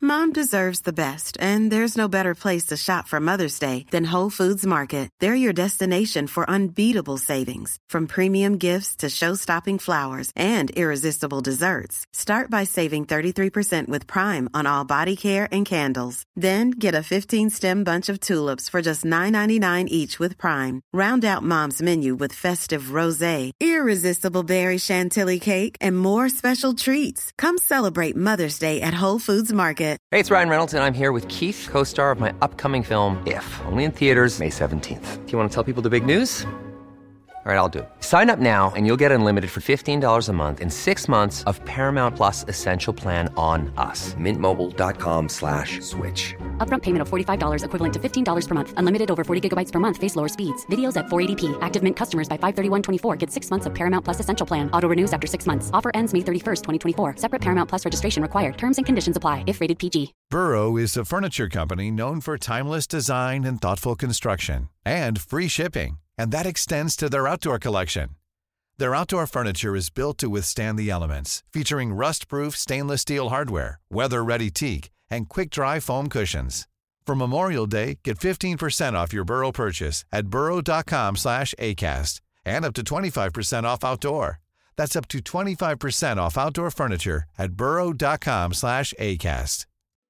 Mom deserves the best, and there's no better place to shop for Mother's Day than Whole Foods Market. They're your destination for unbeatable savings, from premium gifts to show-stopping flowers and irresistible desserts. Start by saving 33% with Prime on all body care and candles. Then get a 15-stem bunch of tulips for just $9.99 each with Prime. Round out Mom's menu with festive rosé, irresistible berry chantilly cake, and more special treats. Come celebrate Mother's Day at Whole Foods Market. Hey, it's Ryan Reynolds, and I'm here with Keith, co-star of my upcoming film, If, only in theaters May 17th. Do you want to tell people the big news? All right, I'll do it. Sign up now and you'll get unlimited for $15 a month and 6 months of Paramount Plus Essential Plan on us. MintMobile.com/switch. Upfront payment of $45 equivalent to $15 per month. Unlimited over 40 gigabytes per month. Face lower speeds. Videos at 480p. Active Mint customers by 531.24 get 6 months of Paramount Plus Essential Plan. Auto renews after 6 months. Offer ends May 31st, 2024. Separate Paramount Plus registration required. Terms and conditions apply if rated PG. Burrow is a furniture company known for timeless design and thoughtful construction and free shipping. And that extends to their outdoor collection. Their outdoor furniture is built to withstand the elements, featuring rust-proof stainless steel hardware, weather-ready teak, and quick-dry foam cushions. For Memorial Day, get 15% off your Burrow purchase at burrow.com/acast and up to 25% off outdoor. That's up to 25% off outdoor furniture at burrow.com/acast.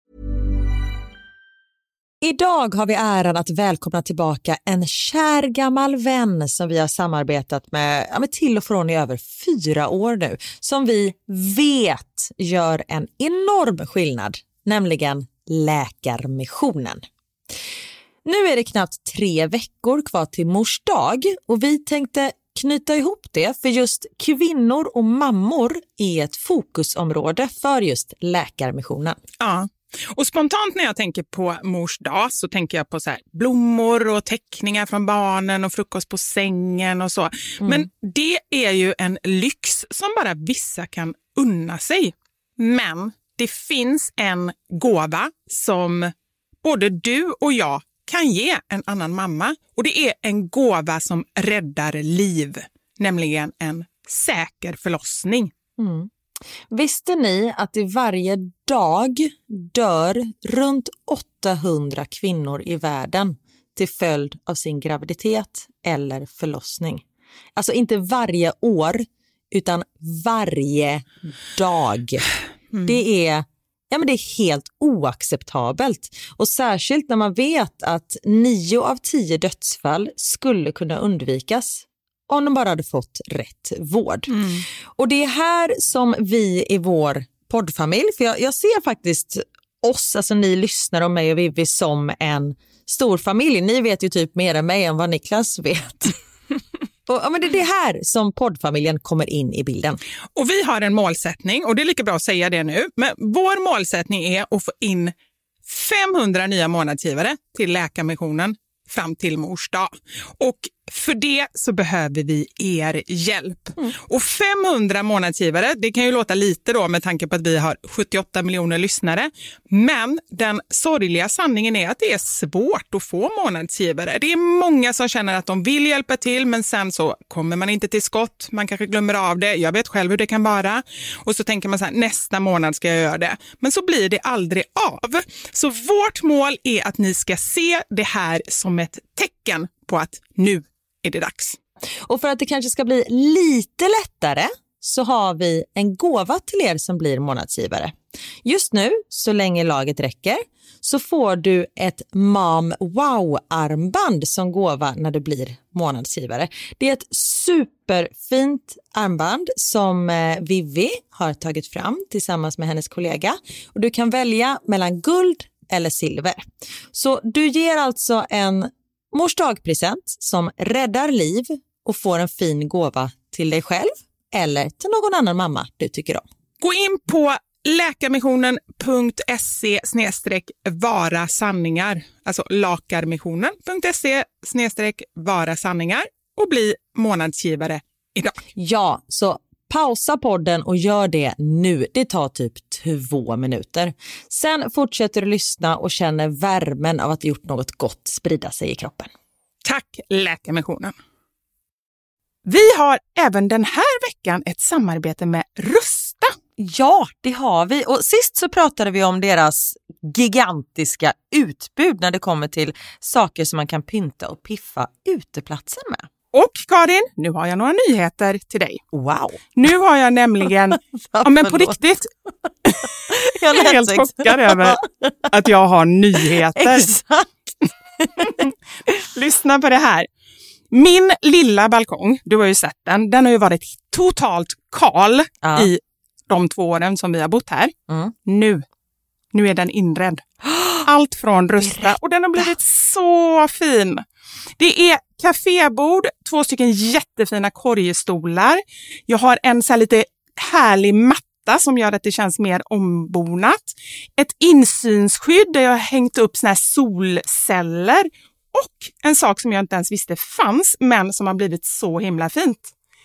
Idag har vi äran att välkomna tillbaka en kär gammal vän som vi har samarbetat med till och från i över 4 år nu. Som vi vet gör en enorm skillnad, nämligen Läkarmissionen. Nu är det knappt 3 veckor kvar till Mors dag och vi tänkte knyta ihop det, för just kvinnor och mammor är ett fokusområde för just Läkarmissionen. Ja. Och spontant när jag tänker på Mors dag så tänker jag på så här blommor och teckningar från barnen och frukost på sängen och så. Men det är ju en lyx som bara vissa kan unna sig. Men det finns en gåva som både du och jag kan ge en annan mamma. Och det är en gåva som räddar liv, nämligen en säker förlossning. Visste ni att det varje dag dör runt 800 kvinnor i världen till följd av sin graviditet eller förlossning? Alltså inte varje år, utan varje dag. Det är helt oacceptabelt. Och särskilt när man vet att 9 av 10 dödsfall skulle kunna undvikas om de bara hade fått rätt vård. Och det är här som vi i vår poddfamilj, för jag ser faktiskt oss, alltså ni lyssnare och mig och Vivi, som en stor familj. Ni vet ju typ mer än mig än vad Niklas vet. Men det är det här som poddfamiljen kommer in i bilden. Och vi har en målsättning, och det är lika bra att säga det nu. Men vår målsättning är att få in 500 nya månadsgivare till Läkarmissionen fram till Mors dag. Och för det så behöver vi er hjälp. Och 500 månadsgivare, det kan ju låta lite då med tanke på att vi har 78 miljoner lyssnare. Men den sorgliga sanningen är att det är svårt att få månadsgivare. Det är många som känner att de vill hjälpa till, men sen så kommer man inte till skott. Man kanske glömmer av det. Jag vet själv hur det kan vara. Och så tänker man så här, nästa månad ska jag göra det. Men så blir det aldrig av. Så vårt mål är att ni ska se det här som ett tecken på att nu är det dags. Och för att det kanske ska bli lite lättare så har vi en gåva till er som blir månadsgivare. Just nu, så länge laget räcker, så får du ett Mom Wow-armband som gåva när du blir månadsgivare. Det är ett superfint armband som Vivi har tagit fram tillsammans med hennes kollega. Och du kan välja mellan guld eller silver. Så du ger alltså en Mors dagpresent som räddar liv och får en fin gåva till dig själv eller till någon annan mamma du tycker om. Gå in på läkarmissionen.se/vara sanningar, alltså lakarmissionen.se/vara sanningar och bli månadsgivare idag. Ja, så pausa podden och gör det nu. Det tar typ 2 minuter. Sen fortsätter du lyssna och känner värmen av att gjort något gott sprida sig i kroppen. Tack Läkarmissionen. Vi har även den här veckan ett samarbete med Rusta. Ja, det har vi. Och sist så pratade vi om deras gigantiska utbud när det kommer till saker som man kan pynta och piffa uteplatsen med. Och Karin, nu har jag några nyheter till dig. Wow! Nu har jag nämligen, ja men på riktigt, jag är helt chockad över att jag har nyheter. Exakt! Lyssna på det här. Min lilla balkong, du har ju sett den har ju varit totalt kal i de 2 åren som vi har bott här. Nu är den inredd. Allt från rusta och den har blivit så fin. Det är kafébord, 2 stycken jättefina korgstolar. Jag har en så här lite härlig matta som gör att det känns mer ombonat. Ett insynsskydd där jag har hängt upp såna här solceller. Och en sak som jag inte ens visste fanns, men som har blivit så himla fint.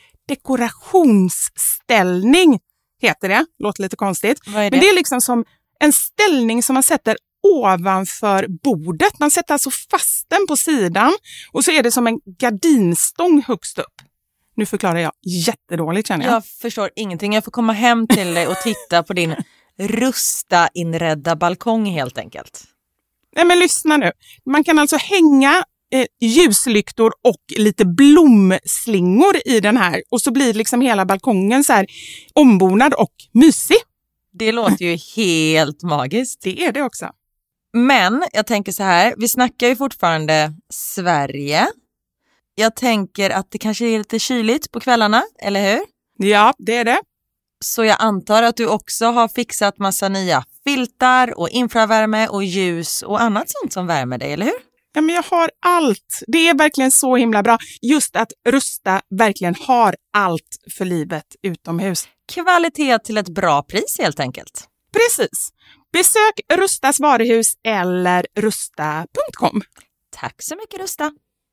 Dekorationsställning heter det. Låter lite konstigt. Vad är det? Men det är liksom som en ställning som man sätter ovanför bordet. Man sätter alltså fast den på sidan. Och så är det som en gardinstång högst upp. Nu förklarar jag jättedåligt, känner jag. Jag förstår ingenting. Jag får komma hem till dig och titta på din rusta-inredda balkong helt enkelt. Nej, men lyssna nu. Man kan alltså hänga ljuslyktor och lite blomslingor i den här. Och så blir liksom hela balkongen så här ombonad och mysig. Det låter ju helt magiskt. Det är det också. Men jag tänker så här, vi snackar ju fortfarande Sverige. Jag tänker att det kanske är lite kyligt på kvällarna, eller hur? Ja, det är det. Så jag antar att du också har fixat massa nya filtar och infravärme och ljus och annat sånt som värmer dig, eller hur? Ja, men jag har allt. Det är verkligen så himla bra. Just att Rusta verkligen har allt för livet utomhus. Kvalitet till ett bra pris helt enkelt. Precis. Besök Rustas varuhus eller rusta.com. Tack så mycket, Rusta.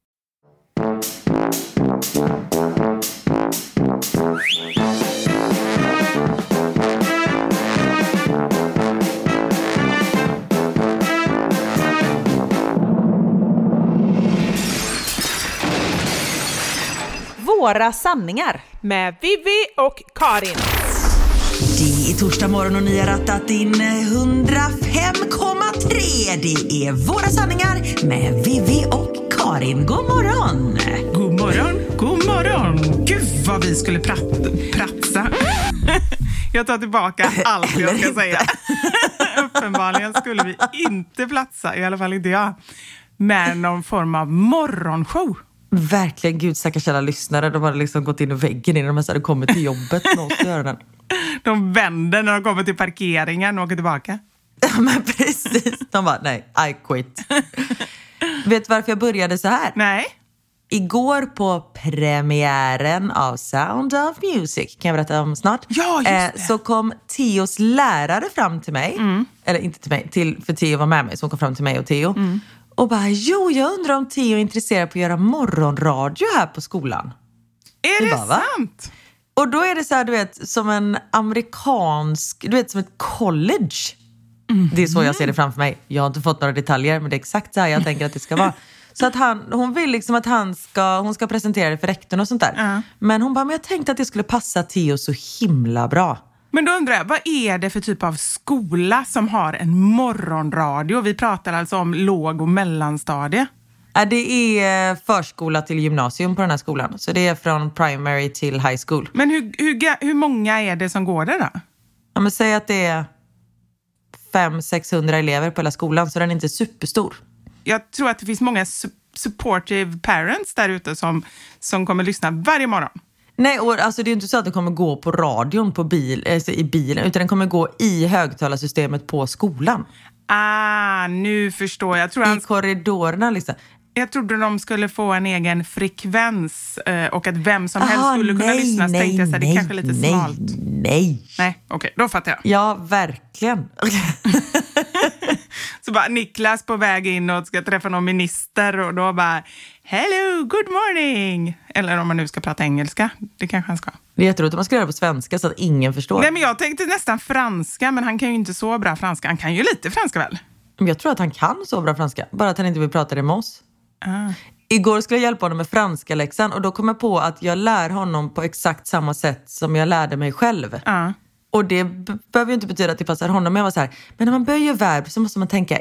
Våra sanningar. Med Vivi och Karin. Det är torsdag morgon och ni har rattat in 105,3. Det är Våra sanningar med Vivi och Karin. God morgon! God morgon, god morgon. Gud vad vi skulle pratsa. Jag tar tillbaka allt jag ska säga. Uppenbarligen skulle vi inte platsa, i alla fall inte jag. Men någon form av morgonshow. Verkligen, gud stackars alla lyssnare. De hade liksom gått in i väggen innan de hade kommit till jobbet. De vänder när de kommer till parkeringen och åker tillbaka. Ja, men precis. De bara, nej, I quit. Vet du varför jag började så här? Nej. Igår på premiären av Sound of Music, kan jag berätta om snart. Ja, just det. Så kom Theos lärare fram till mig. Eller inte till mig, för Theo var med mig. Så hon kom fram till mig och Theo. Och bara, jag undrar om Theo är intresserad på att göra morgonradio här på skolan. Är det sant? Och då är det så här, du vet, som en amerikansk, du vet, som ett college. Det är så jag ser det framför mig. Jag har inte fått några detaljer, men det är exakt så här jag tänker att det ska vara. Så att hon vill liksom att hon ska presentera det för rektorn och sånt där. Men hon bara, men jag tänkte att det skulle passa Theo så himla bra. Men då undrar jag, vad är det för typ av skola som har en morgonradio? Vi pratar alltså om låg- och mellanstadie. Det är förskola till gymnasium på den här skolan. Så det är från primary till high school. Men hur många är det som går där då? Ja, men säg att det är 500-600 elever på hela skolan, så den är inte superstor. Jag tror att det finns många supportive parents där ute som kommer lyssna varje morgon. Nej, och alltså det är inte så att den kommer gå på radion i bilen, utan den kommer gå i högtalarsystemet på skolan. Nu förstår jag. I korridorerna liksom. Jag trodde de skulle få en egen frekvens och att vem som helst skulle kunna lyssna. Så tänkte jag så här, det är kanske lite smalt. Nej, okej, då fattar jag. Ja, verkligen. Så bara Niklas på väg in och ska träffa någon minister och då bara hello, good morning. Eller om man nu ska prata engelska, det kanske han ska. Det är jätteroligt om man ska göra det på svenska så att ingen förstår. Nej, men jag tänkte nästan franska, men han kan ju inte så bra franska. Han kan ju lite franska väl? Men jag tror att han kan så bra franska, bara att han inte vill prata det med oss. Igår skulle jag hjälpa honom med franska läxan och då kom jag på att jag lär honom på exakt samma sätt som jag lärde mig själv. Och det behöver ju inte betyda att det passar honom. Men jag var så här, men när man böjer verb så måste man tänka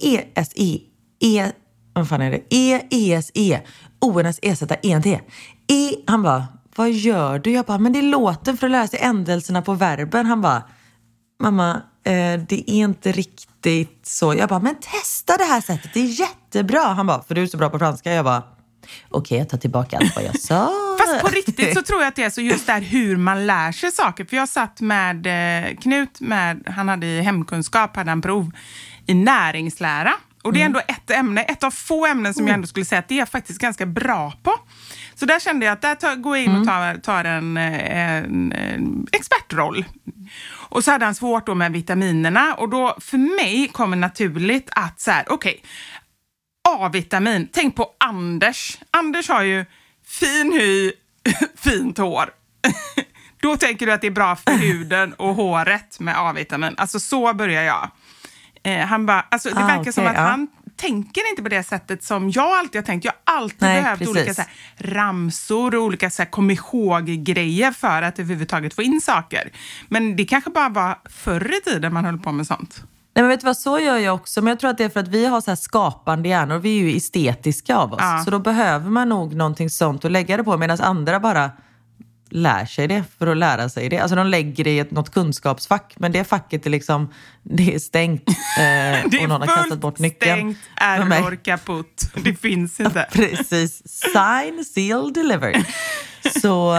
vad fan är det? E-E-S-E, O-N-S-E-Z, E-N-T. Han bara, vad gör du? Jag bara, men det är låten för att lära sig ändelserna på verben. Han bara, mamma, det är inte riktigt så. Jag bara, men testa det här sättet, det är jättebra. Han bara, för du är så bra på franska. Jag bara, okej, jag tar tillbaka allt vad jag sa. Fast på riktigt så tror jag att det är så just där hur man lär sig saker. För jag satt med Knut, han hade i hemkunskap, hade en prov i näringslära. Och det är ändå ett av få ämnen som jag ändå skulle säga att det är faktiskt ganska bra på. Så där kände jag att där går jag in och tar en expertroll. Och så hade han svårt då med vitaminerna. Och då för mig kommer naturligt att så här, okej, A-vitamin. Tänk på Anders. Anders har ju fin hy, fint hår. Då tänker du att det är bra för huden och håret med A-vitamin. Alltså så börjar jag. Han bara, alltså det verkar som att han tänker inte på det sättet som jag alltid har tänkt. Jag har alltid behövt olika så här, ramsor och olika så här, kom ihåg-grejer för att överhuvudtaget få in saker. Men det kanske bara var förr i tiden man höll på med sånt. Nej, men vet du vad, så gör jag också. Men jag tror att det är för att vi har så här skapande hjärnor. Vi är ju estetiska av oss. Ja. Så då behöver man nog någonting sånt att lägga det på. Medan andra bara lär sig det för att lära sig det. Alltså de lägger det i något kunskapsfack. Men det facket är liksom, det är stängt. Det är och någon har kastat bort nyckeln. Stängt, error, kaputt. Det finns inte. Precis. Sign, seal, delivered. Så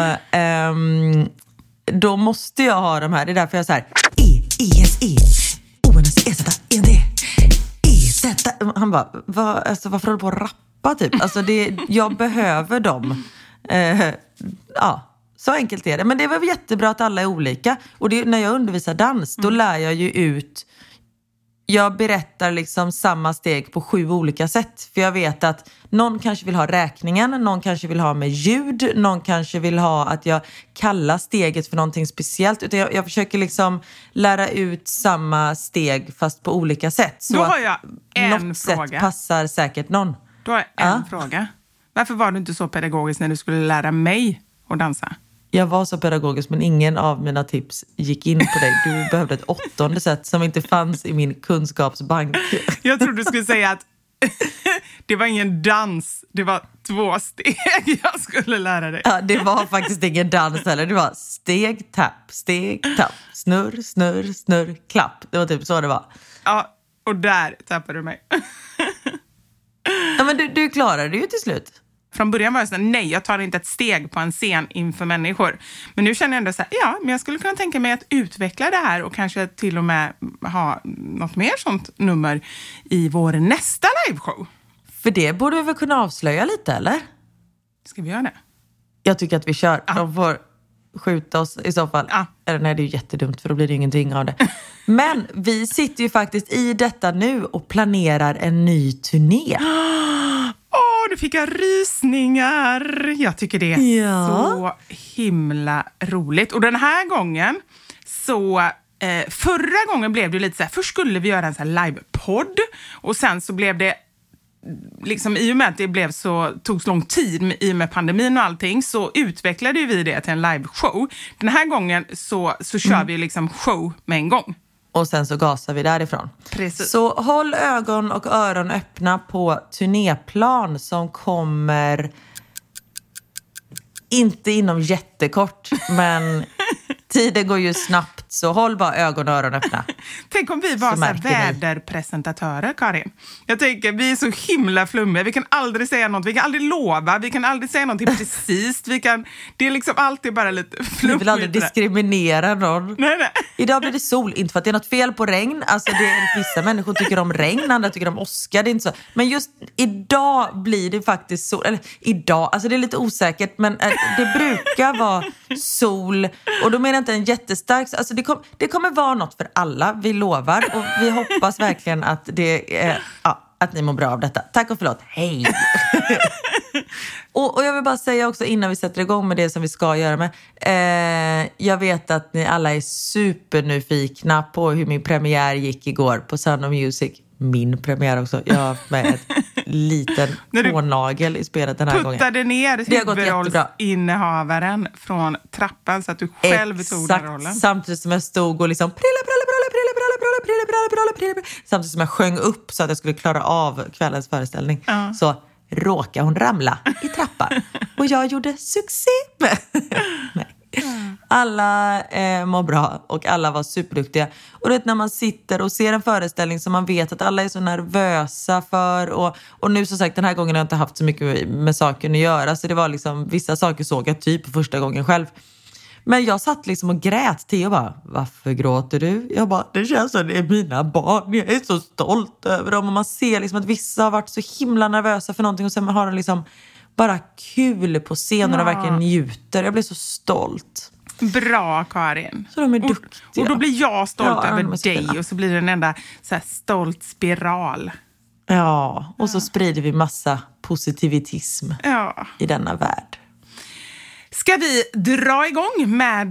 då måste jag ha de här. Det är därför jag är så här. E-I-S-E. Han bara, varför håller du på att rappa typ? Alltså jag behöver dem. Så enkelt är det. Men det var jättebra att alla är olika. Och när jag undervisar dans, då lär jag ju ut. Jag berättar liksom samma steg på 7 olika sätt. För jag vet att någon kanske vill ha räkningen, någon kanske vill ha med ljud, någon kanske vill ha att jag kallar steget för någonting speciellt. Utan jag försöker liksom lära ut samma steg fast på olika sätt. Så då har jag en något fråga. Sätt passar säkert någon. Då har jag en fråga. Varför var du inte så pedagogisk när du skulle lära mig att dansa? Jag var så pedagogisk, men ingen av mina tips gick in på dig. Du behövde ett 8:e sätt som inte fanns i min kunskapsbank. Jag trodde du skulle säga att det var ingen dans, det var 2 steg jag skulle lära dig. Ja, det var faktiskt ingen dans heller. Det var steg, tapp, snurr, snurr, snurr, klapp. Det var typ så det var. Ja, och där tappade du mig. Ja, men du klarade det ju till slut. Från början var jag så här, nej, jag tar inte ett steg på en scen inför människor. Men nu känner jag ändå så här, ja, men jag skulle kunna tänka mig att utveckla det här och kanske till och med ha något mer sånt nummer i vår nästa liveshow. För det borde vi väl kunna avslöja lite, eller? Ska vi göra det? Jag tycker att vi kör. Ja. De får skjuta oss i så fall. Ja. Eller nej, det är ju jättedumt för då blir det ingenting av det. Men vi sitter ju faktiskt i detta nu och planerar en ny turné. Nu fick jag rysningar. Jag tycker det är så himla roligt. Och den här gången så... förra gången blev det lite så här... Först skulle vi göra en så här live-podd. Och sen så blev det... Liksom, i och med att det blev tog så lång tid i och med pandemin och allting, så utvecklade vi det till en live-show. Den här gången så kör vi liksom show med en gång. Och sen så gasar vi därifrån. Precis. Så håll ögon och öron öppna på turnéplan som kommer inte inom jättekort, men tiden går ju snabbt, så håll bara ögon och öron öppna. Tänk om vi var så väderpresentatörer, Karin. Jag tänker, vi är så himla flummiga. Vi kan aldrig säga något, vi kan aldrig lova, vi kan aldrig säga någonting precis. Det är liksom alltid bara lite flummigt. Vi vill aldrig diskriminera någon. Nej. Idag blir det sol, inte för att det är något fel på regn. Alltså vissa människor tycker om regn, andra tycker om åska, det är inte så. Men just idag blir det faktiskt sol. Eller idag, alltså det är lite osäkert, men det brukar vara sol. Och då menar jag inte en jättestark... Alltså det kommer vara något för alla, vi lovar. Och vi hoppas verkligen att att ni mår bra av detta. Tack och förlåt, hej! Och jag vill bara säga också innan vi sätter igång med det som vi ska göra med. Jag vet att ni alla är supernyfikna på hur min premiär gick igår på Sound of Music. Min premiär också. Jag har haft med ett liten tånagel i spelet den här gången. Puttade ner huvudrollsinnehavaren från trappan så att du själv tog den rollen. Samtidigt som jag stod och liksom samtidigt som jag sjöng upp så att jag skulle klara av kvällens föreställning. Så råkade hon ramla i trappan. Och jag gjorde succé. Nej. Alla mår bra och alla var superduktiga. Och det när man sitter och ser en föreställning som man vet att alla är så nervösa för. Och nu som sagt, den här gången har jag inte haft så mycket med saken att göra. Så det var liksom, vissa saker såg jag typ första gången själv. Men jag satt liksom och grät till och bara, varför gråter du? Jag bara, det känns som det är mina barn. Jag är så stolt över dem. Och man ser liksom att vissa har varit så himla nervösa för någonting. Och sen har de liksom bara kul på scenen och verkligen njuter. Jag blir så stolt. Bra, Karin. Så de är duktiga. Och då blir jag stolt över dig. Och så blir det en enda så här stolt spiral. Ja, och så sprider vi massa positivitism i denna värld. Ska vi dra igång med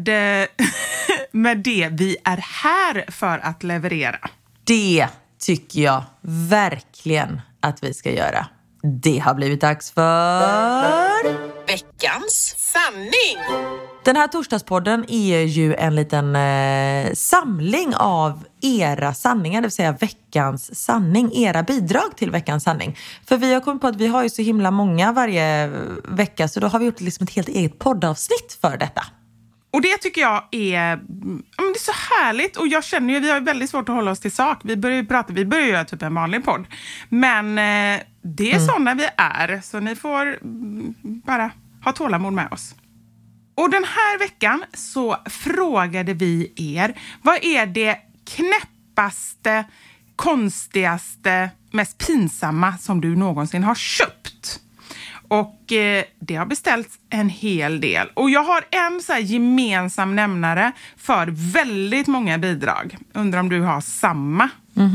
det vi är här för att leverera? Det tycker jag verkligen att vi ska göra. Det har blivit dags för Veckans sanning. Den här torsdagspodden är ju en liten samling av era sanningar, det vill säga veckans sanning, era bidrag till veckans sanning. För vi har kommit på att vi har ju så himla många varje vecka, så då har vi gjort liksom ett helt eget poddavsnitt för detta. Och det tycker jag är, det är så härligt. Och jag känner ju, vi har väldigt svårt att hålla oss till sak. Vi börjar göra typ en vanlig podd. Men det är sådana vi är. Så ni får bara ha tålamod med oss. Och den här veckan så frågade vi er, vad är det knäppaste, konstigaste, mest pinsamma som du någonsin har köpt? Och det har beställts en hel del. Och jag har en så här gemensam nämnare för väldigt många bidrag. Undrar om du har samma?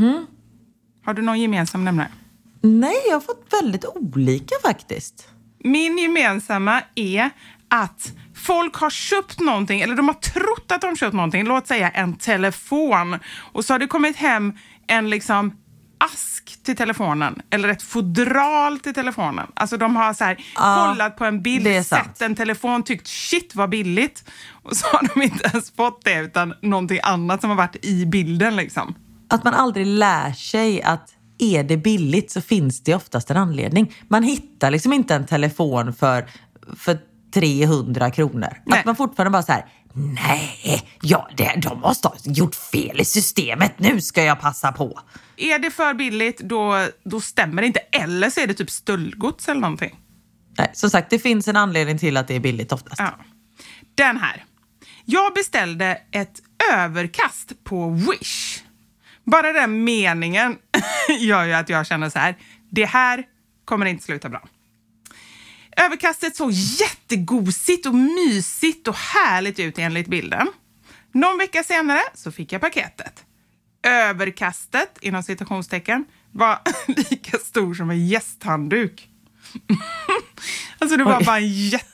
Har du någon gemensam nämnare? Nej, jag har fått väldigt olika faktiskt. Min gemensamma är att folk har köpt någonting, eller de har trott att de köpt någonting, låt säga en telefon, och så har det kommit hem en liksom ask till telefonen, eller ett fodral till telefonen. Alltså de har så här kollat på en bild, sett en telefon, tyckt shit vad billigt, och så har de inte ens fått det utan någonting annat som har varit i bilden liksom. Att man aldrig lär sig att är det billigt så finns det oftast en anledning. Man hittar liksom inte en telefon för 300 kronor. Nej. Att man fortfarande bara så här, de måste ha gjort fel i systemet, nu ska jag passa på. Är det för billigt, då stämmer det inte. Eller så är det typ stöldgods eller någonting. Nej, som sagt, det finns en anledning till att det är billigt oftast. Ja. Den här. Jag beställde ett överkast på Wish. Bara den meningen gör ju att jag känner så här, det här kommer inte sluta bra. Överkastet såg jättegosigt och mysigt och härligt ut enligt bilden. Någon vecka senare så fick jag paketet. Överkastet, inom citationstecken, var lika stor som en gästhandduk. Alltså det var bara en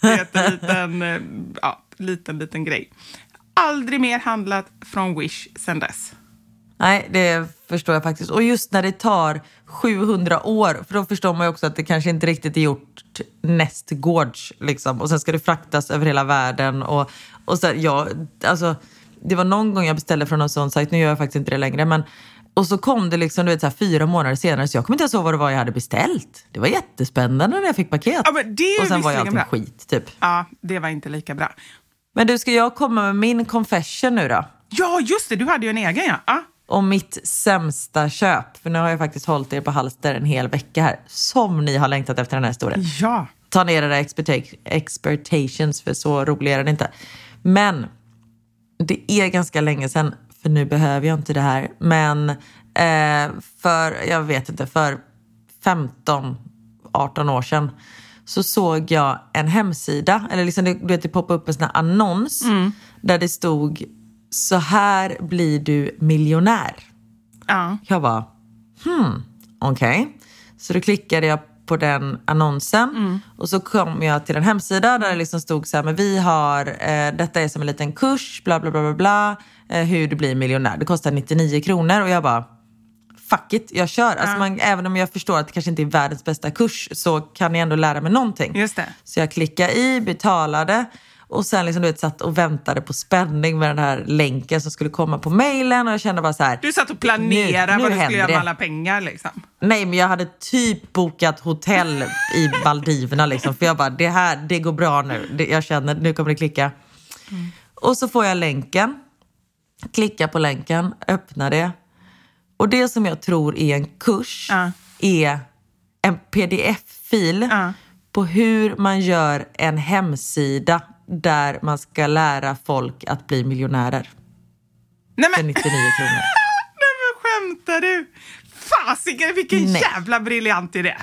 liten grej. Aldrig mer handlat från Wish sedan dess. Nej, det förstår jag faktiskt. Och just när det tar 700 år, för då förstår man ju också att det kanske inte riktigt är gjort nästgårds liksom. Och sen ska det fraktas över hela världen. Och så, det var någon gång jag beställde från en sån sajt, nu gör jag faktiskt inte det längre, men och så kom det liksom, du vet, så här 4 månader senare, så jag kommer inte ens ihåg vad det var jag hade beställt. Det var jättespännande när jag fick paket. Ja, men det och sen var jag allting skit, typ. Ja, det var inte lika bra. Men du, ska jag komma med min confession nu då? Ja, just det, du hade ju en egen, ja. Och mitt sämsta köp, för nu har jag faktiskt hållit er på halster en hel vecka här, som ni har längtat efter den här historien. Ja. Ta ner era expectations, för så rolig är den inte. Men det är ganska länge sedan, för nu behöver jag inte det här. Men för 15-18 år sedan så såg jag en hemsida, eller liksom det poppade upp en sån här annons där det stod: så här blir du miljonär. Ja. Jag bara, okej. Så då klickade jag på den annonsen. Och så kom jag till en hemsida där det liksom stod så här, men vi har, detta är som en liten kurs, bla bla bla bla bla, hur du blir miljonär. Det kostar 99 kronor och jag bara, fuck it, jag kör. Alltså även om jag förstår att det kanske inte är världens bästa kurs så kan jag ändå lära mig någonting. Just det. Så jag klickade i, betalade och sen liksom, satt och väntade på spänning med den här länken som skulle komma på mejlen och jag kände bara så här. Du satt och planerade vad du skulle göra med alla pengar liksom. Nej, men jag hade typ bokat hotell i Maldiverna liksom, för jag bara, det går bra nu. Jag känner, nu kommer det klicka. Och så får jag länken, klicka på länken, öppna det. Och det som jag tror är en kurs är en pdf-fil på hur man gör en hemsida där man ska lära folk att bli miljonärer. Nej, men... För 99 kronor. Nej, men skämtar du? Fasiken, vilken jävla briljant idé.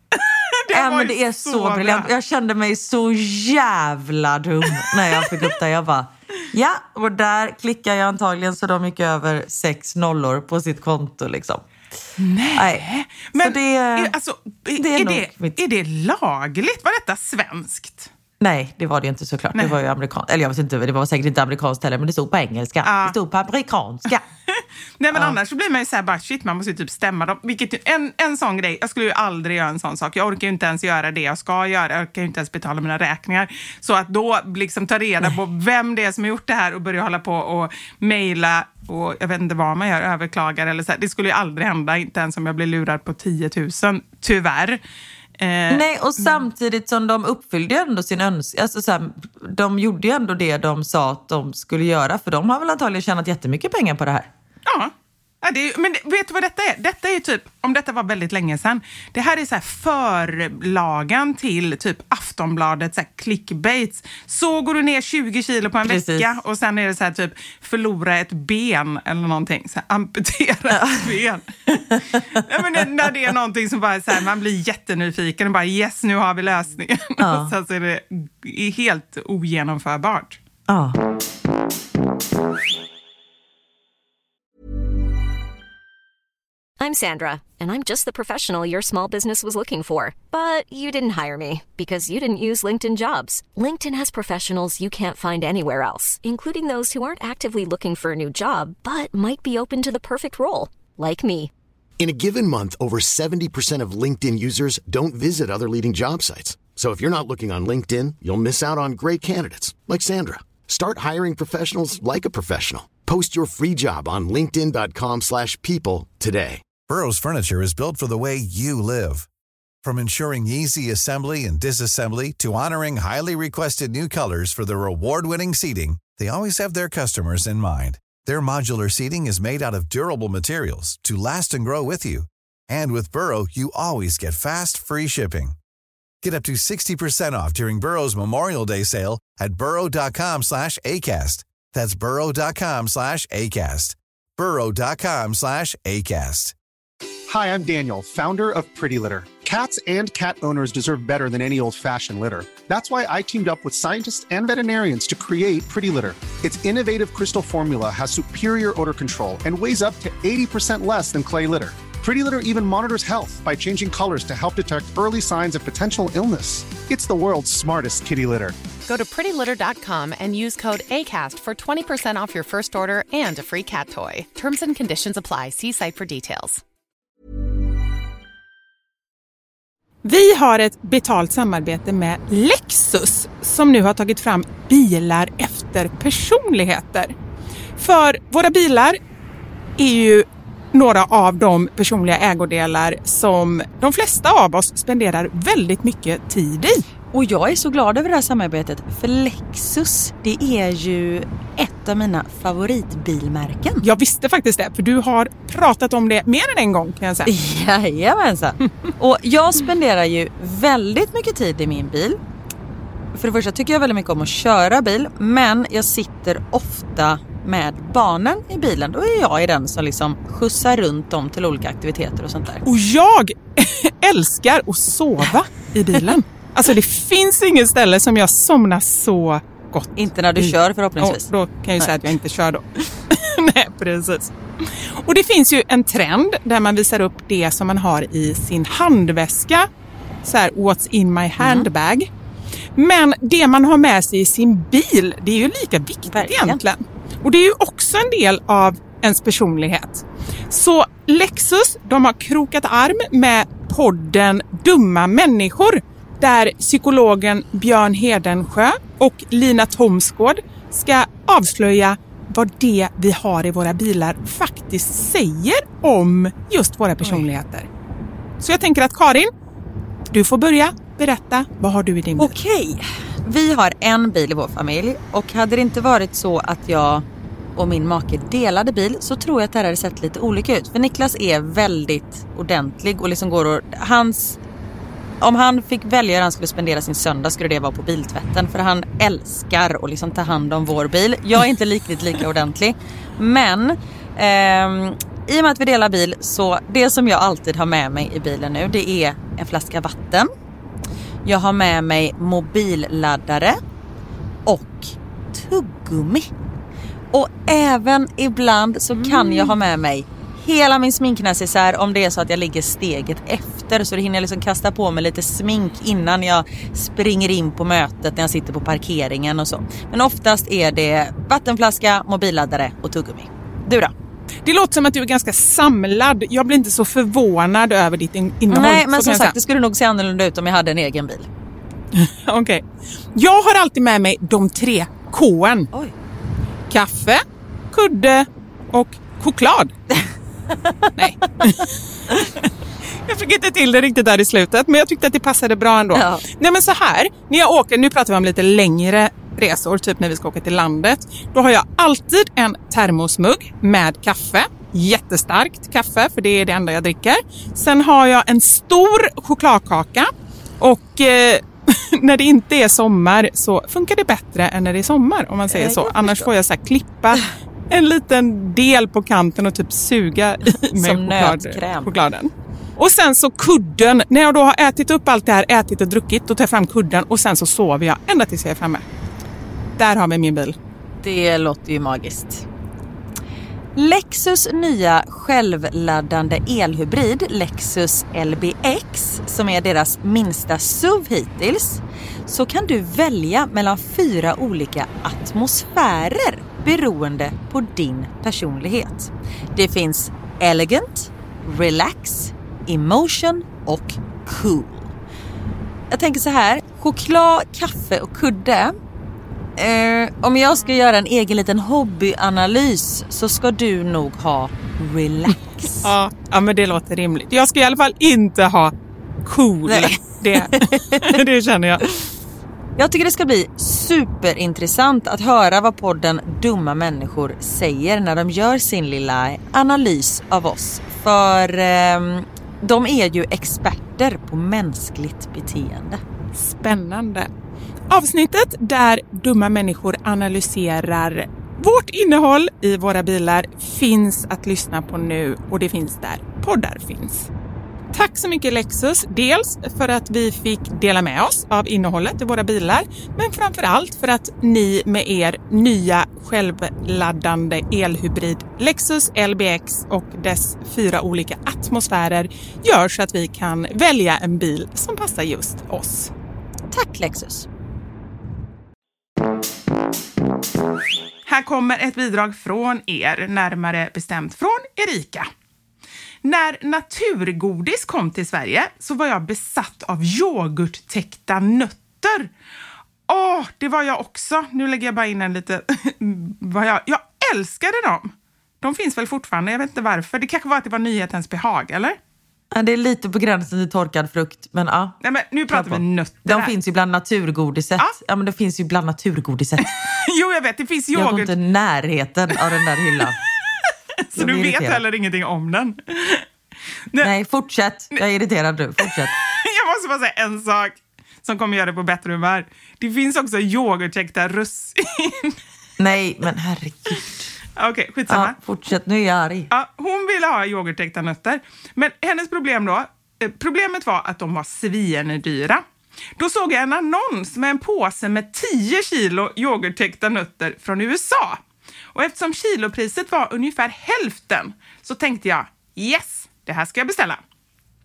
Men det är så briljant. Jag kände mig så jävla dum när jag fick upp det. Jag bara, ja, och där klickar jag antagligen så de gick över 6 nollor på sitt konto liksom. Nej. Men det är det lagligt? Var detta svenskt? Nej, det var det inte såklart. Nej. Det var ju amerikanskt. Eller jag vet inte, det var säkert inte amerikanskt heller, men det stod på engelska. Det stod på amerikanska. Nej, men annars så blir man ju såhär bara, shit, man måste ju typ stämma dem. Vilket en sån grej, jag skulle ju aldrig göra en sån sak. Jag orkar ju inte ens göra det jag ska göra. Jag orkar ju inte ens betala mina räkningar. Så att då liksom ta reda på vem det är som har gjort det här och börja hålla på och mejla och jag vet inte vad man gör, överklagar eller så här. Det skulle ju aldrig hända, inte ens om jag blir lurad på 10 000, tyvärr. Nej, och samtidigt som de uppfyllde ändå sin önskan, alltså så här, de gjorde ju ändå det de sa att de skulle göra, för de har väl antagligen tjänat jättemycket pengar på det här. Ja. Men vet du vad detta är? Detta är ju typ, om detta var väldigt länge sedan, det här är så här förlagan till typ Aftonbladet, så här clickbaits. Så går du ner 20 kilo på en vecka och sen är det så här typ förlora ett ben eller någonting, så här amputera ett ben. Ja, men när det är någonting som bara så här, man blir jättenyfiken och bara yes, nu har vi lösningen. Och sen så är det helt ogenomförbart. Ja. I'm Sandra, and I'm just the professional your small business was looking for. But you didn't hire me because you didn't use LinkedIn Jobs. LinkedIn has professionals you can't find anywhere else, including those who aren't actively looking for a new job, but might be open to the perfect role, like me. In a given month, over 70% of LinkedIn users don't visit other leading job sites. So if you're not looking on LinkedIn, you'll miss out on great candidates, like Sandra. Start hiring professionals like a professional. Post your free job on linkedin.com/people today. Burrow's furniture is built for the way you live. From ensuring easy assembly and disassembly to honoring highly requested new colors for their award-winning seating, they always have their customers in mind. Their modular seating is made out of durable materials to last and grow with you. And with Burrow, you always get fast, free shipping. Get up to 60% off during Burrow's Memorial Day sale at burrow.com/ACAST. That's burrow.com/ACAST. burrow.com/ACAST. Hi, I'm Daniel, founder of Pretty Litter. Cats and cat owners deserve better than any old-fashioned litter. That's why I teamed up with scientists and veterinarians to create Pretty Litter. Its innovative crystal formula has superior odor control and weighs up to 80% less than clay litter. Pretty Litter even monitors health by changing colors to help detect early signs of potential illness. It's the world's smartest kitty litter. Go to prettylitter.com and use code ACAST for 20% off your first order and a free cat toy. Terms and conditions apply. See site for details. Vi har ett betalt samarbete med Lexus som nu har tagit fram bilar efter personligheter. För våra bilar är ju några av de personliga ägodelar som de flesta av oss spenderar väldigt mycket tid i. Och jag är så glad över det här samarbetet, för Lexus, det är ju ett av mina favoritbilmärken. Jag visste faktiskt det, för du har pratat om det mer än en gång, kan jag säga. Jajamensan. Och jag spenderar ju väldigt mycket tid i min bil. För det första tycker jag väldigt mycket om att köra bil, men jag sitter ofta med barnen i bilen. Då är jag den som liksom skjutsar runt dem till olika aktiviteter och sånt där. Och jag älskar att sova i bilen. Alltså det finns inget ställe som jag somnar så gott. Inte när du kör förhoppningsvis. Då kan jag ju säga att jag inte kör då. Nej, precis. Och det finns ju en trend där man visar upp det som man har i sin handväska så här what's in my handbag. Men det man har med sig i sin bil, det är ju lika viktigt egentligen. Och det är ju också en del av ens personlighet. Så Lexus, de har krokat arm med podden Dumma människor, där psykologen Björn Hedensjö och Lina Thomsgård ska avslöja vad det vi har i våra bilar faktiskt säger om just våra personligheter. Så jag tänker att Karin, du får börja berätta, vad har du i din bil? Okej, vi har en bil i vår familj och hade det inte varit så att jag och min make delade bil så tror jag att det här hade sett lite olika ut. För Niklas är väldigt ordentlig och liksom går och om han fick välja hur han skulle spendera sin söndag skulle det vara på biltvätten. För han älskar att liksom ta hand om vår bil. Jag är inte lika ordentlig. Men i och med att vi delar bil så det som jag alltid har med mig i bilen nu, det är en flaska vatten. Jag har med mig mobilladdare och tuggummi. Och även ibland så kan jag ha med mig hela min sminknäsisär om det är så att jag ligger steget efter. Så det hinner jag liksom kasta på mig lite smink innan jag springer in på mötet när jag sitter på parkeringen och så. Men oftast är det vattenflaska, mobilladdare och tuggummi. Du då? Det låter som att du är ganska samlad. Jag blir inte så förvånad över ditt innehåll. Nej, men som sagt, det skulle nog se annorlunda ut om jag hade en egen bil. Okej. Jag har alltid med mig de 3 K:n. Oj. Kaffe, kudde och choklad. Nej. Jag fick inte till det riktigt där i slutet, men jag tyckte att det passade bra ändå. Ja. Nej, men så här, när jag åker, nu pratar vi om lite längre resor, typ när vi ska åka till landet, då har jag alltid en termosmugg med kaffe. Jättestarkt kaffe, för det är det enda jag dricker. Sen har jag en stor chokladkaka och när det inte är sommar så funkar det bättre än när det är sommar, om man säger så. Annars får jag så här klippa en liten del på kanten och typ suga i med chokladen. Och sen så kudden, när jag då har ätit upp allt det här, ätit och druckit, då tar jag fram kudden och sen så sover jag ända tills jag är framme. Där har vi min bil. Det låter ju magiskt. Lexus nya självladdande elhybrid Lexus LBX, som är deras minsta SUV hittills, så kan du välja mellan 4 olika atmosfärer beroende på din personlighet. Det finns elegant, relax, emotion och cool. Jag tänker så här, choklad, kaffe och kudde. Om jag ska göra en egen liten hobbyanalys så ska du nog ha relax. Ja, men det låter rimligt. Jag ska i alla fall inte ha cool. Det känner jag. Jag tycker det ska bli superintressant att höra vad podden Dumma människor säger när de gör sin lilla analys av oss. För de är ju experter på mänskligt beteende. Spännande. Avsnittet där dumma människor analyserar vårt innehåll i våra bilar finns att lyssna på nu, och det finns där poddar finns. Tack så mycket Lexus, dels för att vi fick dela med oss av innehållet i våra bilar, men framförallt för att ni med er nya självladdande elhybrid Lexus LBX och dess 4 olika atmosfärer gör så att vi kan välja en bil som passar just oss. Tack Lexus! Här kommer ett bidrag från er, närmare bestämt från Erika. När naturgodis kom till Sverige så var jag besatt av yoghurttäckta nötter. Det var jag också. Nu lägger jag bara in en lite... Jag älskade dem. De finns väl fortfarande, jag vet inte varför. Det kanske var att det var nyhetens behag, eller? Ja, det är lite på gränsen till torkad frukt, men ja. Nej, men nu pratar vi nötter. De finns ju bland naturgodiset. Ja, men det finns ju bland naturgodiset. Jo, jag vet, det finns yoghurt. Jag går inte närheten av den där hyllan. Så du vet heller ingenting om den. Nej, fortsätt. Jag är irriterad nu. Fortsätt. Jag måste bara säga en sak som kommer göra det på bättre humör. Det finns också yoghurttäckta russin. Nej, men herregud. Okej, skitsamma. Ja, fortsätt, nu är jag arg. Ja, hon ville ha yoghurttäckta nötter. Men hennes problemet var att de var svindyra. Då såg jag en annons med en påse med 10 kilo yoghurttäckta nötter från USA. Och eftersom kilopriset var ungefär hälften så tänkte jag, yes, det här ska jag beställa.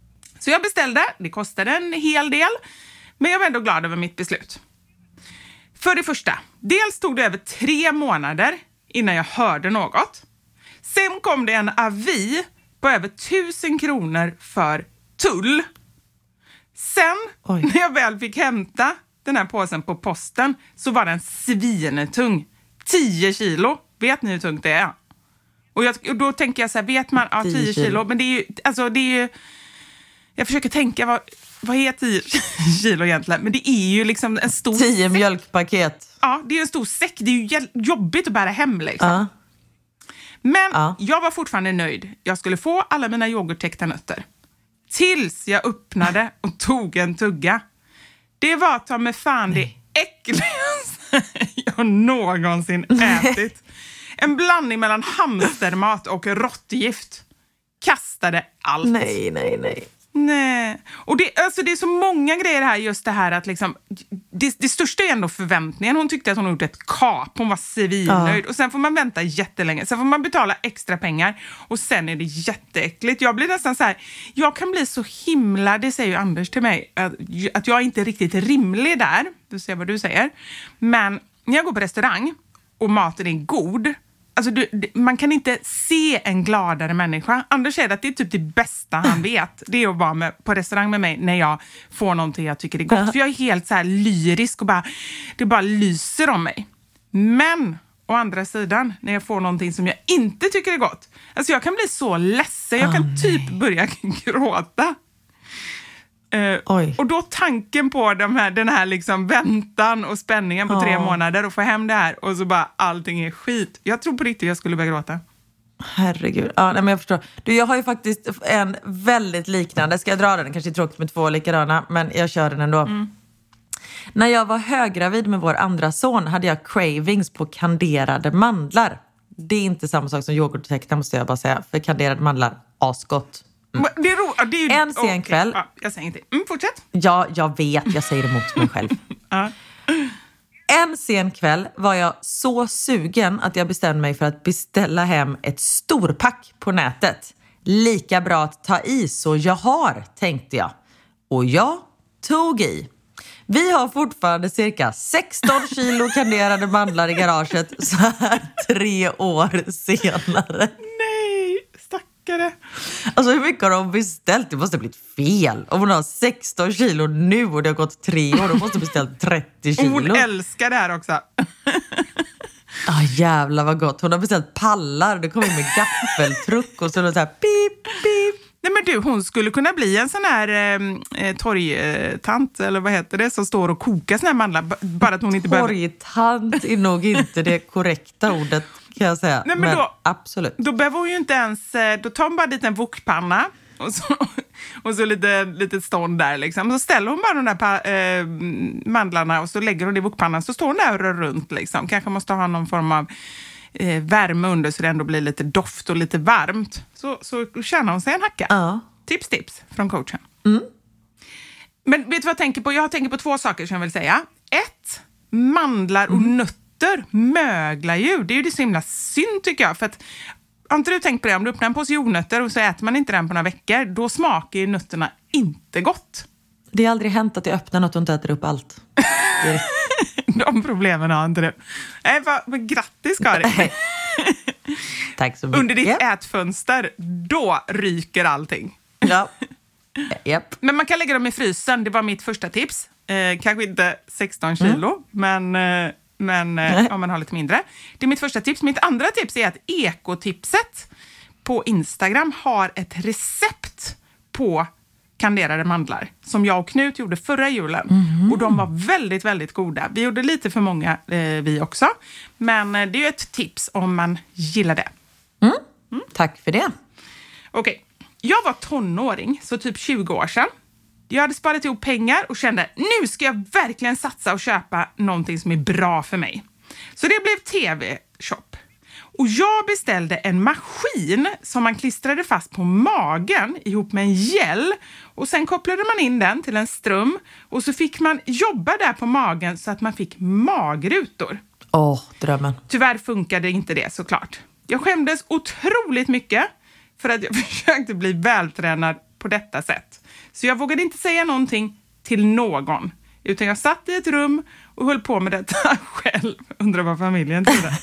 Så jag beställde, det kostade en hel del, men jag var ändå glad över mitt beslut. För det första, dels tog det över 3 månader innan jag hörde något. Sen kom det en avi på över 1000 kronor för tull. Sen, när jag väl fick hämta den här påsen på posten, så var den svinetung. 10 kilo. Vet ni hur tungt det är? Och då tänker jag så här, vet man, 10 kilo. Men det är ju, alltså det är ju, jag försöker tänka, vad är 10 kilo egentligen? Men det är ju liksom en stor 10 mjölkpaket. Ja, det är en stor säck. Det är ju jobbigt att bära hem liksom. Men jag var fortfarande nöjd. Jag skulle få alla mina yoghurttäckta nötter. Tills jag öppnade och tog en tugga. Det var ta med fan det äckligaste jag någonsin ätit. En blandning mellan hamstermat och råttgift. Kastade allt. Nej. Och det är så många grejer här, just det här att liksom, det största är ändå förväntningen. Hon tyckte att hon gjort ett kap, hon var svinnöjd. Och sen får man vänta jättelänge, sen får man betala extra pengar. Och sen är det jätteäckligt. Jag blir nästan så här, jag kan bli så himla, det säger ju Anders till mig, att jag är inte riktigt rimlig där. Du ser vad du säger. Men när jag går på restaurang och maten är god, alltså man kan inte se en gladare människa. Anders säger att det är typ det bästa han vet. Det är att vara på restaurang med mig när jag får någonting jag tycker är gott. För jag är helt så här lyrisk och det bara lyser om mig. Men å andra sidan, när jag får någonting som jag inte tycker är gott, alltså jag kan bli så ledsen. Jag kan typ börja gråta. Och då tanken på den här liksom väntan och spänningen på 3 månader och få hem det här och så bara allting är skit. Jag tror på riktigt jag skulle börja gråta. Herregud. Ja, nej, men jag förstår. Jag har ju faktiskt en väldigt liknande. Ska jag dra den? Kanske är tråkigt med 2 likadana, men jag kör den ändå. När jag var höggravid med vår andra son hade jag cravings på kanderade mandlar. Det är inte samma sak som yoghurttäckta, måste jag bara säga. För kanderade mandlar, asgott. Det är ju, en sen kväll. Ja, jag säger inte. Fortsätt. Ja, jag vet. Jag säger emot mig själv. En sen kväll var jag så sugen att jag bestämde mig för att beställa hem ett storpack på nätet. Lika bra att ta i så jag har, tänkte jag. Och jag tog i. Vi har fortfarande cirka 16 kilo kanderade mandlar i garaget så här 3 år senare. Nej, stackare. Alltså hur mycket har de beställt? Det måste ha blivit fel. Om hon har 16 kilo nu och det har gått 3 år, då måste ha beställt 30 kilo. Och hon älskar det här också. Jävlar vad gott. Hon har beställt pallar. Det kommer in med gaffeltruck och så är det så här pip, pip. Nej men du, hon skulle kunna bli en sån här torgtant, eller vad heter det, som står och kokar såna här mandlar. Bara att hon inte behöver... Torgtant är nog inte det korrekta ordet, kan jag säga. Nej, men då, absolut. Då behöver hon ju inte ens... Då tar hon bara dit en wokpanna och så lite stånd där liksom. Så ställer hon bara de där mandlarna och så lägger hon det i wokpannan. Så står hon där och rör runt liksom. Kanske måste ha någon form av värme under så det ändå blir lite doft och lite varmt. Så känner hon sig en hacka. Ja. Tips från coachen. Men vet du vad jag tänker på? Jag tänker på 2 saker som jag vill säga. 1, mandlar och nötter möglar ju. Det är ju det så himla synd tycker jag. För att, har inte du tänkt på det? Om du öppnar en påse jordnötter och så äter man inte den på några veckor, då smakar ju nötterna inte gott. Det har aldrig hänt att jag öppnar något och inte äter upp allt. De problemen har inte du. Nej, men grattis Karin. Tack så mycket. Under ditt ätfönster, då ryker allting. Ja. Yep. Men man kan lägga dem i frysen, det var mitt första tips. Kanske inte 16 kilo, men om man har lite mindre. Det är mitt första tips. Mitt andra tips är att ekotipset på Instagram har ett recept på kanderade mandlar som jag och Knut gjorde förra julen. Och de var väldigt, väldigt goda. Vi gjorde lite för många vi också. Men det är ju ett tips om man gillar det. Tack för det. Okej. Jag var tonåring, så typ 20 år sedan. Jag hade sparat ihop pengar och kände, nu ska jag verkligen satsa och köpa någonting som är bra för mig. Så det blev TV-shop. Och jag beställde en maskin som man klistrade fast på magen ihop med en gel. Och sen kopplade man in den till en ström. Och så fick man jobba där på magen så att man fick magrutor. Drömmen. Tyvärr funkade inte det såklart. Jag skämdes otroligt mycket för att jag försökte bli vältränad på detta sätt. Så jag vågade inte säga någonting till någon. Utan jag satt i ett rum och höll på med detta själv. Undrar vad familjen trodde.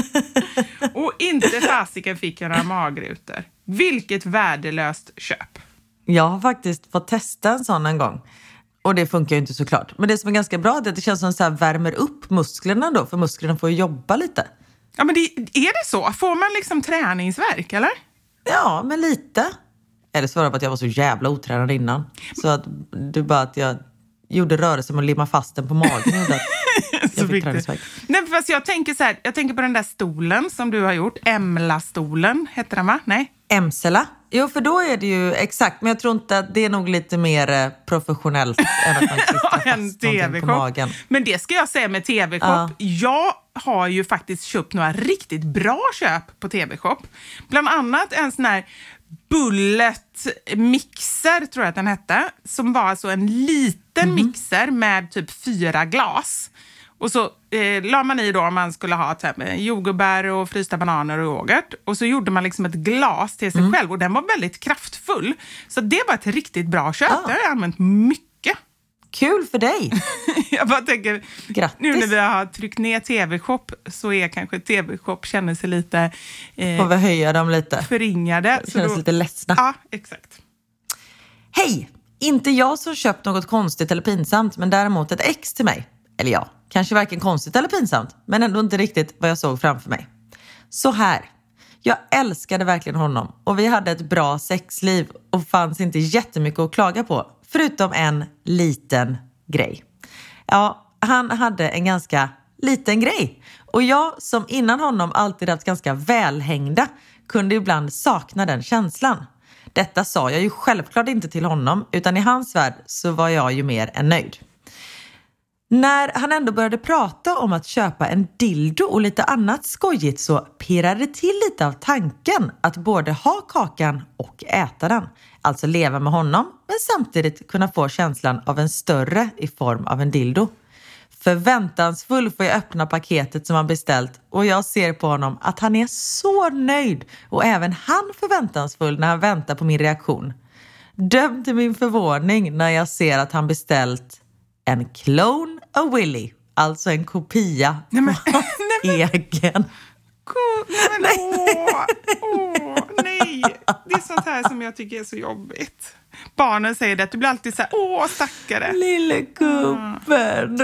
Och inte fasiken fick jag några magrutor. Vilket värdelöst köp. Jag har faktiskt fått testa en sån en gång. Och det funkar ju inte såklart. Men det som är ganska bra är att det känns som så här värmer upp musklerna då. För musklerna får ju jobba lite. Ja, men är det så? Får man liksom träningsvärk, eller? Ja, men lite. Eller så var det på att jag var så jävla otränad innan. Så att det bara att jag gjorde rörelse med att limma fast den på magen. Så viktigt. Nej, fast jag tänker så här, jag tänker på den där stolen som du har gjort. Emla-stolen, heter den va? Nej. Emsela? Jo, för då är det ju exakt. Men jag tror inte att det är nog lite mer professionellt än att man klistrar fast någonting på magen. Men det ska jag säga med TV-shop. Jag har ju faktiskt köpt några riktigt bra köp på TV-shop. Bland annat en sån här bullet mixer, tror jag att den hette. Som var alltså en liten mixer med typ 4 glas. Och så la man i då om man skulle ha jordgubbar och frysta bananer och yoghurt. Och så gjorde man liksom ett glas till sig själv. Och den var väldigt kraftfull. Så det var ett riktigt bra köp. Det har jag använt mycket. Kul för dig. Jag bara tänker, grattis. Nu när vi har tryckt ner TV-shop så är kanske TV-shop känner sig lite... får vi höja dem lite? Förringade. Känns lite ledsna. Ja, exakt. Hej! Inte jag som köpt något konstigt eller pinsamt, men däremot ett ex till mig. Eller ja, kanske varken konstigt eller pinsamt, men ändå inte riktigt vad jag såg framför mig. Så här. Jag älskade verkligen honom och vi hade ett bra sexliv och fanns inte jättemycket att klaga på. Förutom en liten grej. Ja, han hade en ganska liten grej. Och jag som innan honom alltid haft ganska välhängda kunde ibland sakna den känslan. Detta sa jag ju självklart inte till honom, utan i hans värld så var jag ju mer än nöjd. När han ändå började prata om att köpa en dildo och lite annat skojigt så pirrade det till lite av tanken att både ha kakan och äta den. Alltså leva med honom men samtidigt kunna få känslan av en större i form av en dildo. Förväntansfull får jag öppna paketet som han beställt och jag ser på honom att han är så nöjd och även han förväntansfull när han väntar på min reaktion. Döm till min förvåning när jag ser att han beställt en clone of Willy, alltså en kopia av egen. Nej, det är sånt här som jag tycker är så jobbigt. Barnen säger det, att du blir alltid så här, stackare. Lille gubben.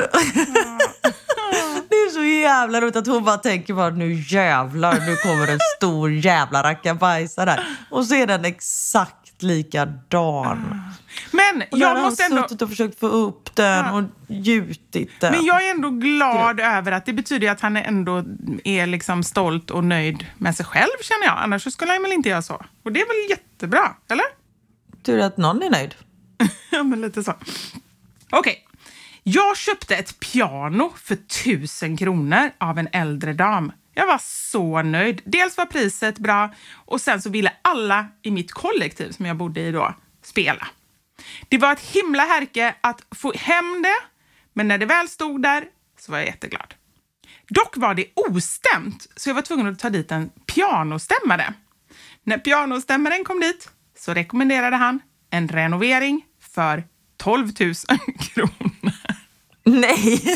Det är så jävla roligt att hon bara tänker bara, nu jävlar, nu kommer en stor jävla rackabajsa där. Och så är den exakt likadan. Men och jag måste ändå suttit och försökt få upp den och gjutit den. Men jag är ändå glad över att det betyder att han ändå är liksom stolt och nöjd med sig själv, känner jag. Annars så skulle han väl inte göra så. Och det är väl jättebra, eller? Tur att någon är nöjd. Ja, men lite så. Okej. Jag köpte ett piano för 1000 kronor av en äldre dam. Jag var så nöjd. Dels var priset bra och sen så ville alla i mitt kollektiv som jag bodde i då spela. Det var ett himla härke att få hem det, men när det väl stod där så var jag jätteglad. Dock var det ostämt så jag var tvungen att ta dit en pianostämmare. När pianostämmaren kom dit så rekommenderade han en renovering för 12 000 kronor. Nej!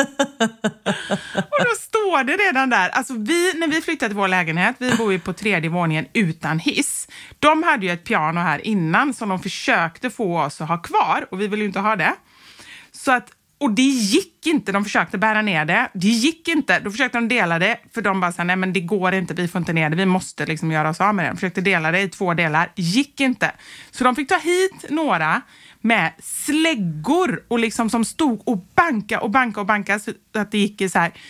Och då står det redan där. Alltså när vi flyttade till vår lägenhet, vi bor ju på 3:e våningen utan hiss. De hade ju ett piano här innan som de försökte få oss att ha kvar. Och vi ville ju inte ha det. Så att, och det gick inte. De försökte bära ner det. Det gick inte. Då försökte de dela det. För de bara sa, nej men det går inte. Vi får inte ner det. Vi måste liksom göra oss av med det. De försökte dela det i 2 delar. Gick inte. Så de fick ta hit några med släggor och liksom som stod och banka så att det gick i så här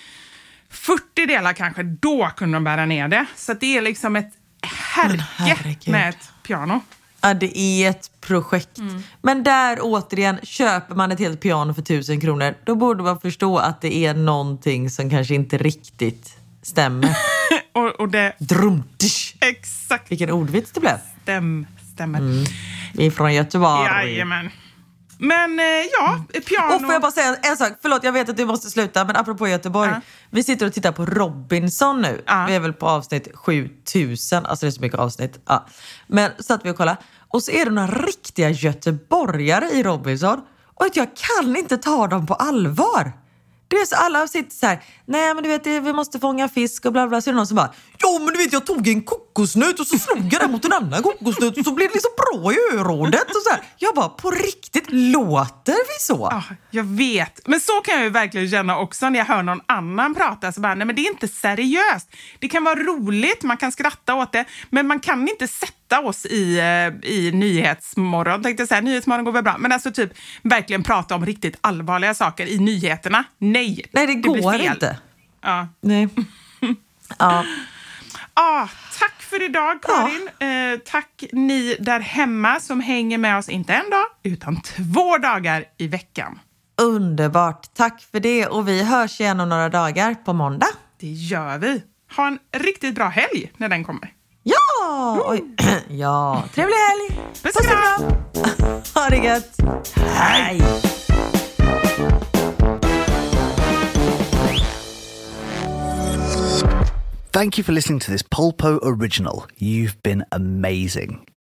40 delar kanske. Då kunde de bära ner det. Så att det är liksom ett härke med ett piano. Ja, det är ett projekt. Men där återigen, köper man ett helt piano för 1000 kronor, då borde man förstå att det är någonting som kanske inte riktigt stämmer. och det... Drumtish. Exakt. Vilken ordvits det blev. Stämmer. Vi är från Göteborg. Jajamän. Men piano... Och får jag bara säga en sak? Förlåt, jag vet att du måste sluta. Men apropå Göteborg. Vi sitter och tittar på Robinson nu. Vi är väl på avsnitt 7000. Alltså det är så mycket avsnitt. Men så att vi och kolla. Och så är det några riktiga göteborgare i Robinson. Och jag kan inte ta dem på allvar. Det är så alla sitter så här, nej men du vet vi måste fånga fisk och bla bla. Så är det någon som bara, ja men du vet jag tog en kokosnöt och så slog jag den mot en annan kokosnöt och så blev det liksom bra i örådet och så här. Jag bara, på riktigt, låter vi så? Ja, jag vet. Men så kan jag ju verkligen känna också när jag hör någon annan prata. Så bara, nej men det är inte seriöst. Det kan vara roligt, man kan skratta åt det. Men man kan inte sätta oss i Nyhetsmorgon. Tänkte jag säga, Nyhetsmorgon går väl bra. Men alltså typ verkligen prata om riktigt allvarliga saker i nyheterna. Nej, det går inte. Ja. Nej. Ja. Tack för idag, Karin. Tack ni där hemma som hänger med oss inte en dag utan 2 dagar i veckan. Underbart. Tack för det. Och vi hörs igen om några dagar på måndag. Det gör vi. Ha en riktigt bra helg när den kommer. Ja! Oj. Ja, trevlig helg. Puss och kram. Ha det gött. Hej. Thank you for listening to this Polpo original. You've been amazing.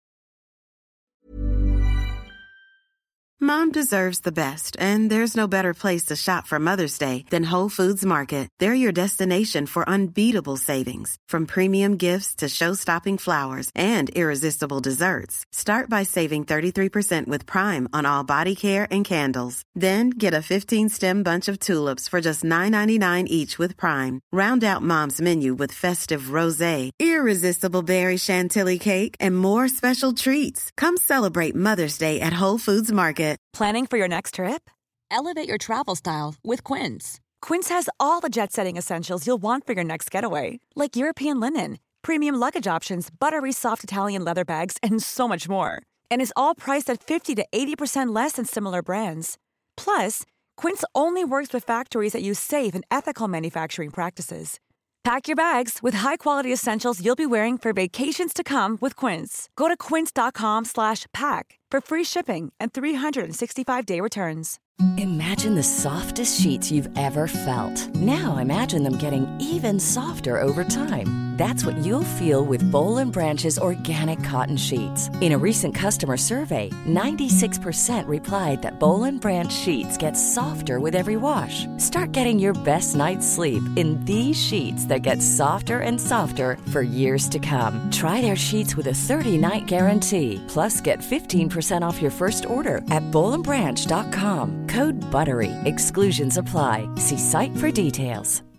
Mom deserves the best, and there's no better place to shop for Mother's Day than Whole Foods Market. They're your destination for unbeatable savings, from premium gifts to show-stopping flowers and irresistible desserts. Start by saving 33% with Prime on all body care and candles. Then get a 15-stem bunch of tulips for just $9.99 each with Prime. Round out Mom's menu with festive rosé, irresistible berry chantilly cake, and more special treats. Come celebrate Mother's Day at Whole Foods Market. Planning for your next trip? Elevate your travel style with Quince. Quince has all the jet-setting essentials you'll want for your next getaway, like European linen, premium luggage options, buttery soft Italian leather bags, and so much more. And is all priced at 50 to 80% less than similar brands. Plus, Quince only works with factories that use safe and ethical manufacturing practices. Pack your bags with high-quality essentials you'll be wearing for vacations to come with Quince. Go to quince.com/pack for free shipping and 365-day returns. Imagine the softest sheets you've ever felt. Now imagine them getting even softer over time. That's what you'll feel with Boll & Branch's organic cotton sheets. In a recent customer survey, 96% replied that Boll & Branch sheets get softer with every wash. Start getting your best night's sleep in these sheets that get softer and softer for years to come. Try their sheets with a 30-night guarantee. Plus, get 15% off your first order at bollandbranch.com. Code BUTTERY. Exclusions apply. See site for details.